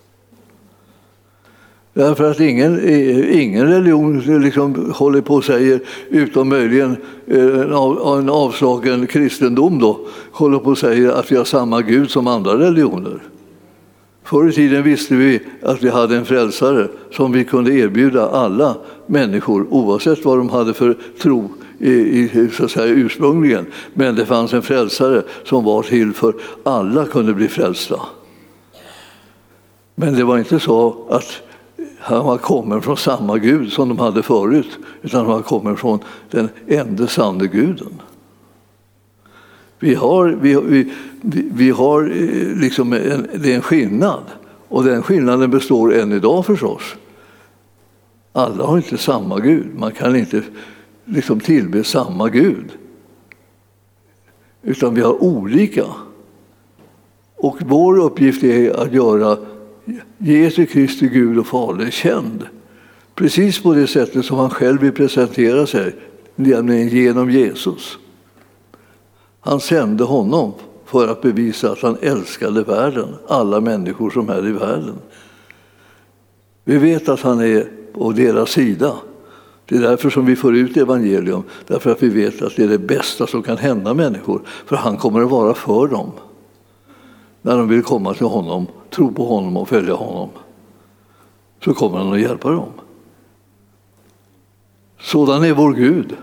Därför att ingen religion liksom håller på och säger, utom möjligen en avslagen kristendom då, håller på och säger att vi har samma Gud som andra religioner. Förr i tiden visste vi att vi hade en frälsare som vi kunde erbjuda alla människor oavsett vad de hade för tro så att säga, ursprungligen. Men det fanns en frälsare som var till för alla kunde bli frälsta. Men det var inte så att han var kommen från samma Gud som de hade förut, utan han var kommen från den enda sanne Guden. Vi har liksom det är en skillnad, och den skillnaden består än idag förstås. Alla har inte samma Gud. Man kan inte liksom tillbe samma Gud, utan vi har olika. Och vår uppgift är att göra Jesu Kristi Gud och Fader känd. Precis på det sättet som han själv vill presentera sig, nämligen genom Jesus. Han sände honom för att bevisa att han älskade världen, alla människor som är i världen. Vi vet att han är på deras sida. Det är därför som vi får ut evangelium, därför att vi vet att det är det bästa som kan hända människor, för han kommer att vara för dem. När de vill komma till honom, tro på honom och följa honom, så kommer han att hjälpa dem. Sådan är vår Gud.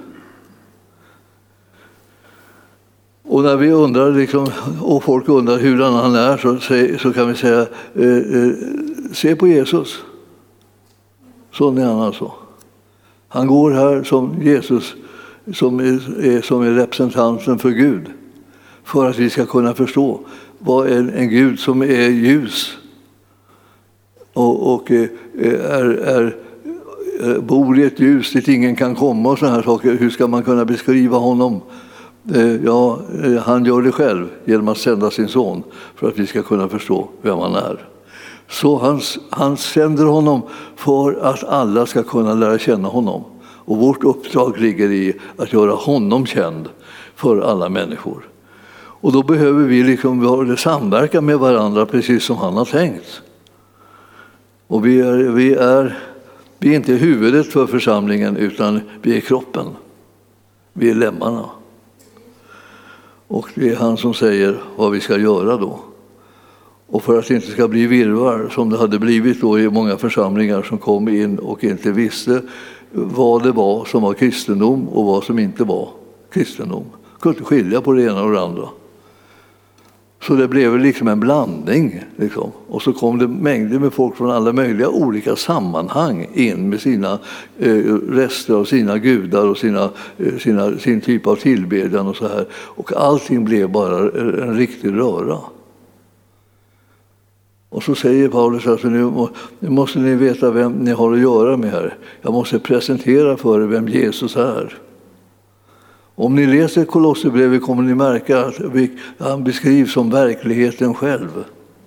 Och när vi undrar, liksom, och folk undrar hur han är, så kan vi säga, se på Jesus. Sån är han alltså. Han går här som Jesus, som är representanten för Gud, för att vi ska kunna förstå vad en Gud som är ljus och bor i ett ljus dit ingen kan komma och sådana här saker. Hur ska man kunna beskriva honom? Han gör det själv genom att sända sin son för att vi ska kunna förstå vem han är. Så han sänder honom för att alla ska kunna lära känna honom. Och vårt uppdrag ligger i att göra honom känd för alla människor. Och då behöver vi liksom samverka med varandra precis som han har tänkt. Och vi är inte huvudet för församlingen, utan vi är kroppen. Vi är lemmarna. Och det är han som säger vad vi ska göra då. Och för att det inte ska bli virrvarr som det hade blivit då i många församlingar som kom in och inte visste vad det var som var kristendom och vad som inte var kristendom. Kunde skilja på det ena och det andra. Så det blev liksom en blandning. Liksom. Och så kom det mängder med folk från alla möjliga olika sammanhang in med sina rester av sina gudar och sin typ av tillbedjan och så här. Och allting blev bara en riktig röra. Och så säger Paulus att nu måste ni veta vem ni har att göra med här. Jag måste presentera för er vem Jesus är. Om ni läser Kolosserbrevet kommer ni märka att han beskrivs som verkligheten själv.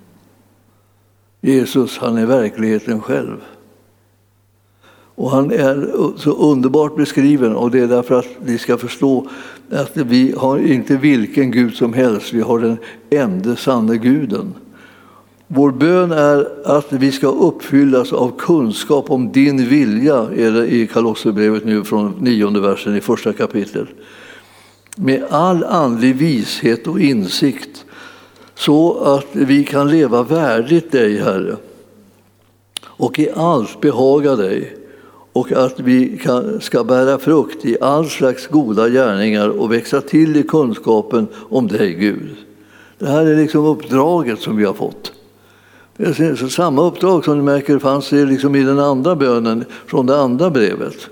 Jesus, han är verkligheten själv. Och han är så underbart beskriven, och det är därför att vi ska förstå att vi har inte vilken Gud som helst, vi har den enda sanna Guden. Vår bön är att vi ska uppfyllas av kunskap om din vilja, är det i Kolosserbrevet nu från 9:e versen i första kapitlet. Med all andlig vishet och insikt, så att vi kan leva värdigt dig, Herre, och i allt behaga dig, och att vi ska bära frukt i all slags goda gärningar och växa till i kunskapen om dig, Gud. Det här är liksom uppdraget som vi har fått. Det är så samma uppdrag som du märker fanns det liksom i den andra bönen från det andra brevet.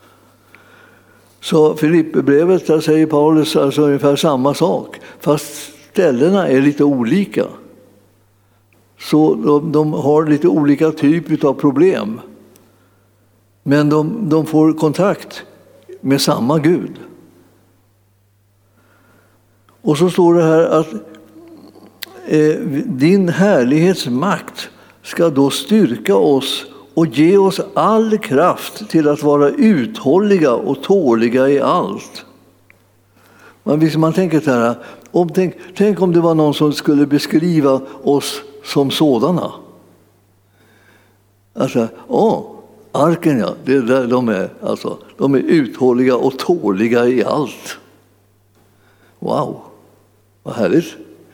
Så Filipperbrevet, där säger Paulus alltså ungefär samma sak, fast ställena är lite olika. Så de har lite olika typ av problem. Men de får kontakt med samma Gud. Och så står det här att din härlighetsmakt ska då styrka oss och ge oss all kraft till att vara uthålliga och tåliga i allt. Man tänker så här, tänk om det var någon som skulle beskriva oss som sådana. Alltså, arken, ja, det är där de är. Alltså, de är uthålliga och tåliga i allt. Wow, vad härligt.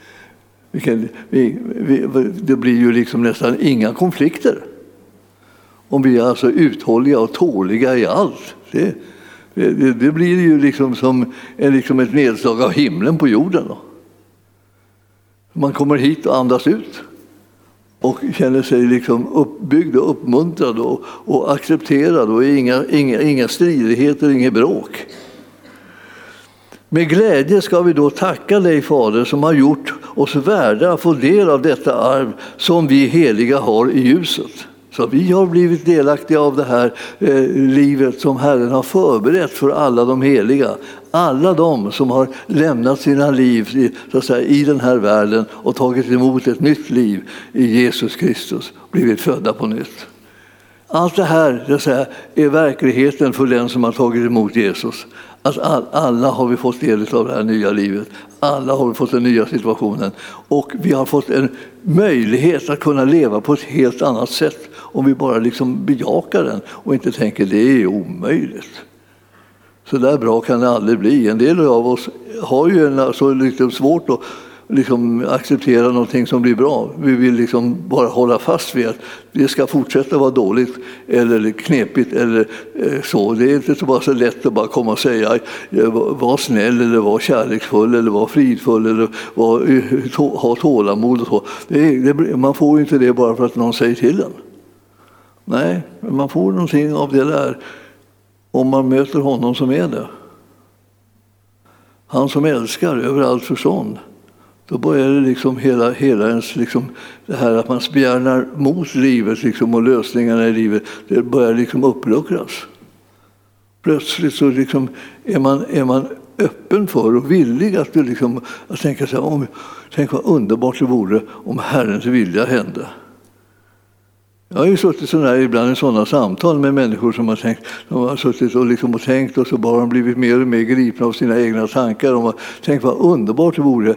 Det blir ju liksom nästan inga konflikter om vi är alltså uthålliga och tåliga i allt. Det blir ju liksom som ett nedslag av himlen på jorden. Då. Man kommer hit och andas ut och känner sig liksom uppbyggd och uppmuntrad och accepterad, och inga stridigheter, inget bråk. Med glädje ska vi då tacka dig, Fader, som har gjort oss värda att få del av detta arv som vi heliga har i ljuset. Så vi har blivit delaktiga av det här livet som Herren har förberett för alla de heliga. Alla de som har lämnat sina liv så att säga, i den här världen och tagit emot ett nytt liv i Jesus Kristus, blivit födda på nytt. Allt det här så att säga, är verkligheten för den som har tagit emot Jesus. Att alla har vi fått del av det här nya livet. Alla har vi fått den nya situationen. Och vi har fått en möjlighet att kunna leva på ett helt annat sätt om vi bara liksom bejakar den och inte tänker det är omöjligt. Så där bra kan det aldrig bli. En del av oss har ju så liksom svårt att liksom acceptera någonting som blir bra. Vi vill liksom bara hålla fast vid att det ska fortsätta vara dåligt eller knepigt eller så. Det är inte så lätt att bara komma och säga var snäll eller var kärleksfull eller var fridfull eller ha tålamod och så. Man får ju inte det bara för att någon säger till en. Nej, men man får någonting av det där om man möter honom som är det. Han som älskar över allt förstånd Då börjar det liksom hela ens liksom, det här att man spjärnar mot livet liksom, och lösningarna i livet, det börjar liksom uppluckras. Plötsligt så liksom är man öppen för och villig att, liksom, att tänka så här, tänk vad underbart det vore om Herrens vilja hände. Jag har ju suttit ibland i sådana samtal med människor som har suttit och tänkt och så bara de blivit mer och mer gripna av sina egna tankar. Tänk vad underbart det vore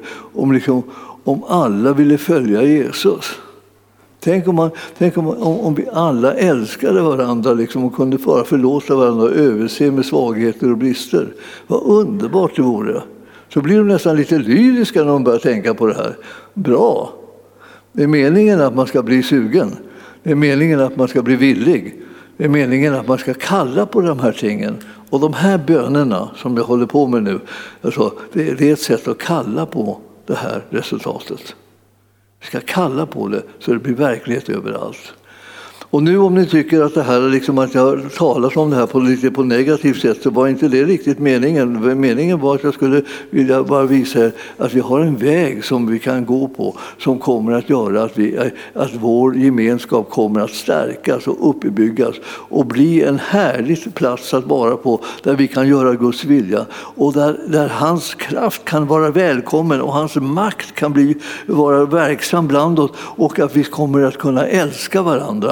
om alla ville följa Jesus. Tänk om vi alla älskade varandra liksom, och kunde bara förlåta varandra och överse med svagheter och brister. Vad underbart det vore. Så blir de nästan lite lyriska när de börjar tänka på det här. Bra. Det är meningen att man ska bli sugen. Det är meningen att man ska bli villig. Det är meningen att man ska kalla på de här tingen. Och de här bönerna som jag håller på med nu, alltså, det är ett sätt att kalla på det här resultatet. Vi ska kalla på det så det blir verklighet överallt. Och nu om ni tycker att det här liksom att jag har talat om det här lite på negativt sätt, så var inte det riktigt meningen. Meningen var att jag skulle vilja bara visa er att vi har en väg som vi kan gå på som kommer att göra att vår gemenskap kommer att stärkas och uppbyggas och bli en härlig plats att vara på, där vi kan göra Guds vilja och där hans kraft kan vara välkommen och hans makt kan vara verksam bland oss, och att vi kommer att kunna älska varandra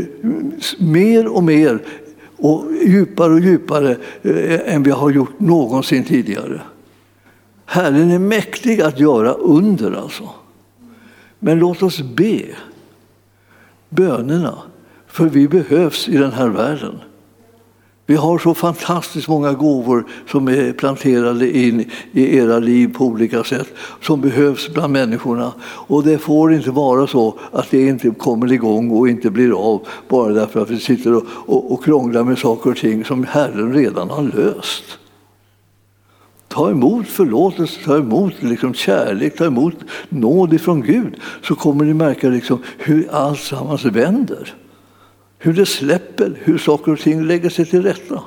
mer och mer och djupare än vi har gjort någonsin tidigare. Herren är mäktig att göra under alltså. Men låt oss be bönerna, för vi behövs i den här världen. Vi har så fantastiskt många gåvor som är planterade in i era liv på olika sätt, som behövs bland människorna. Och det får inte vara så att det inte kommer igång och inte blir av bara därför att vi sitter och krånglar med saker och ting som Herren redan har löst. Ta emot förlåtelse, ta emot liksom kärlek, ta emot nåd ifrån Gud, så kommer ni märka liksom hur allt sammans vänder. Hur det släpper, hur saker och ting lägger sig till rätta.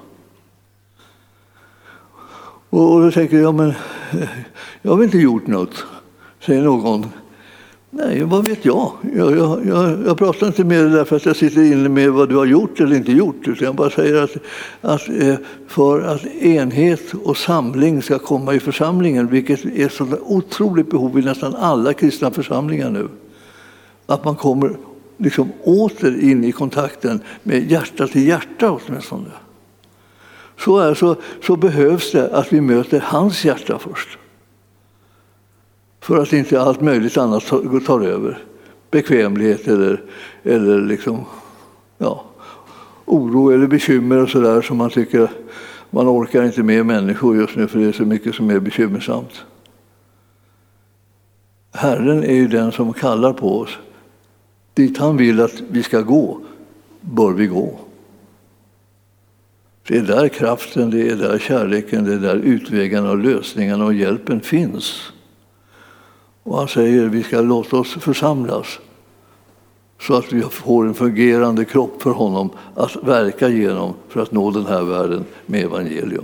Och då tänker jag, men jag har inte gjort något, säger någon. Nej, vad vet jag? Jag pratar inte med dig därför att jag sitter inne med vad du har gjort eller inte gjort. Utan jag bara säger att för att enhet och samling ska komma i församlingen, vilket är ett sådant otroligt behov i nästan alla kristna församlingar nu, att man kommer liksom åter in i kontakten med hjärta till hjärta åtminstone. Så behövs det att vi möter hans hjärta först. För att inte allt möjligt annat tar över. Bekvämlighet eller liksom, ja, oro eller bekymmer och sådär som man tycker man orkar inte med människor just nu, för det är så mycket som är bekymmersamt. Herren är ju den som kallar på oss. Dit han vill att vi ska gå, bör vi gå. Det är där kraften, det är där kärleken, det är där utvägarna och lösningarna och hjälpen finns. Och han säger att vi ska låta oss församlas så att vi får en fungerande kropp för honom att verka genom för att nå den här världen med evangelium.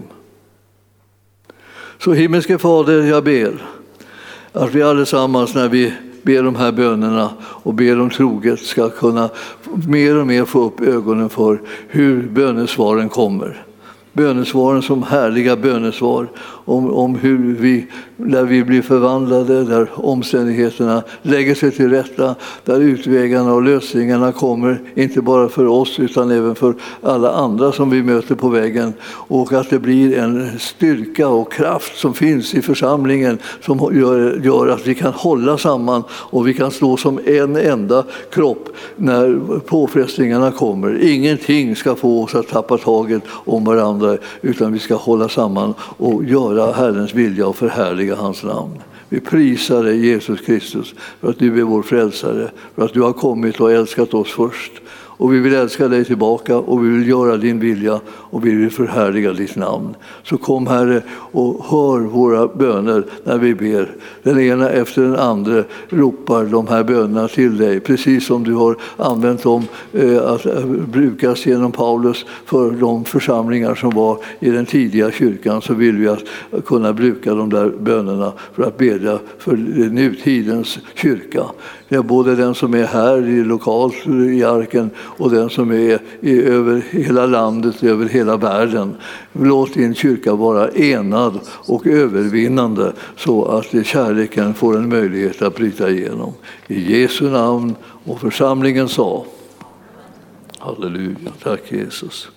Så himmelske Fader, jag ber att vi allesammans när vi ber de här bönerna och ber dem troget ska kunna mer och mer få upp ögonen för hur bönesvaren kommer. Bönesvaren som härliga bönesvar om hur vi, när vi blir förvandlade, där omständigheterna lägger sig till rätta, där utvägarna och lösningarna kommer, inte bara för oss utan även för alla andra som vi möter på vägen, och att det blir en styrka och kraft som finns i församlingen som gör att vi kan hålla samman och vi kan stå som en enda kropp när påfrestningarna kommer. Ingenting ska få oss att tappa taget om varandra, utan vi ska hålla samman och göra Herrens vilja och förhärliga hans namn. Vi prisar dig, Jesus Kristus, för att du är vår frälsare, för att du har kommit och älskat oss först Och vi vill älska dig tillbaka och vi vill göra din vilja och vi vill förhärliga ditt namn. Så kom Herre och hör våra böner när vi ber. Den ena efter den andra ropar de här bönerna till dig, precis som du har använt dem att brukas genom Paulus för de församlingar som var i den tidiga kyrkan, så vill vi att kunna bruka de där bönerna för att bedja för nutidens kyrka. Det är både den som är här i lokalt i arken och den som är över hela landet, över hela världen. Låt din kyrka vara enad och övervinnande så att kärleken får en möjlighet att bryta igenom. I Jesu namn, och församlingen sa: Halleluja, tack Jesus.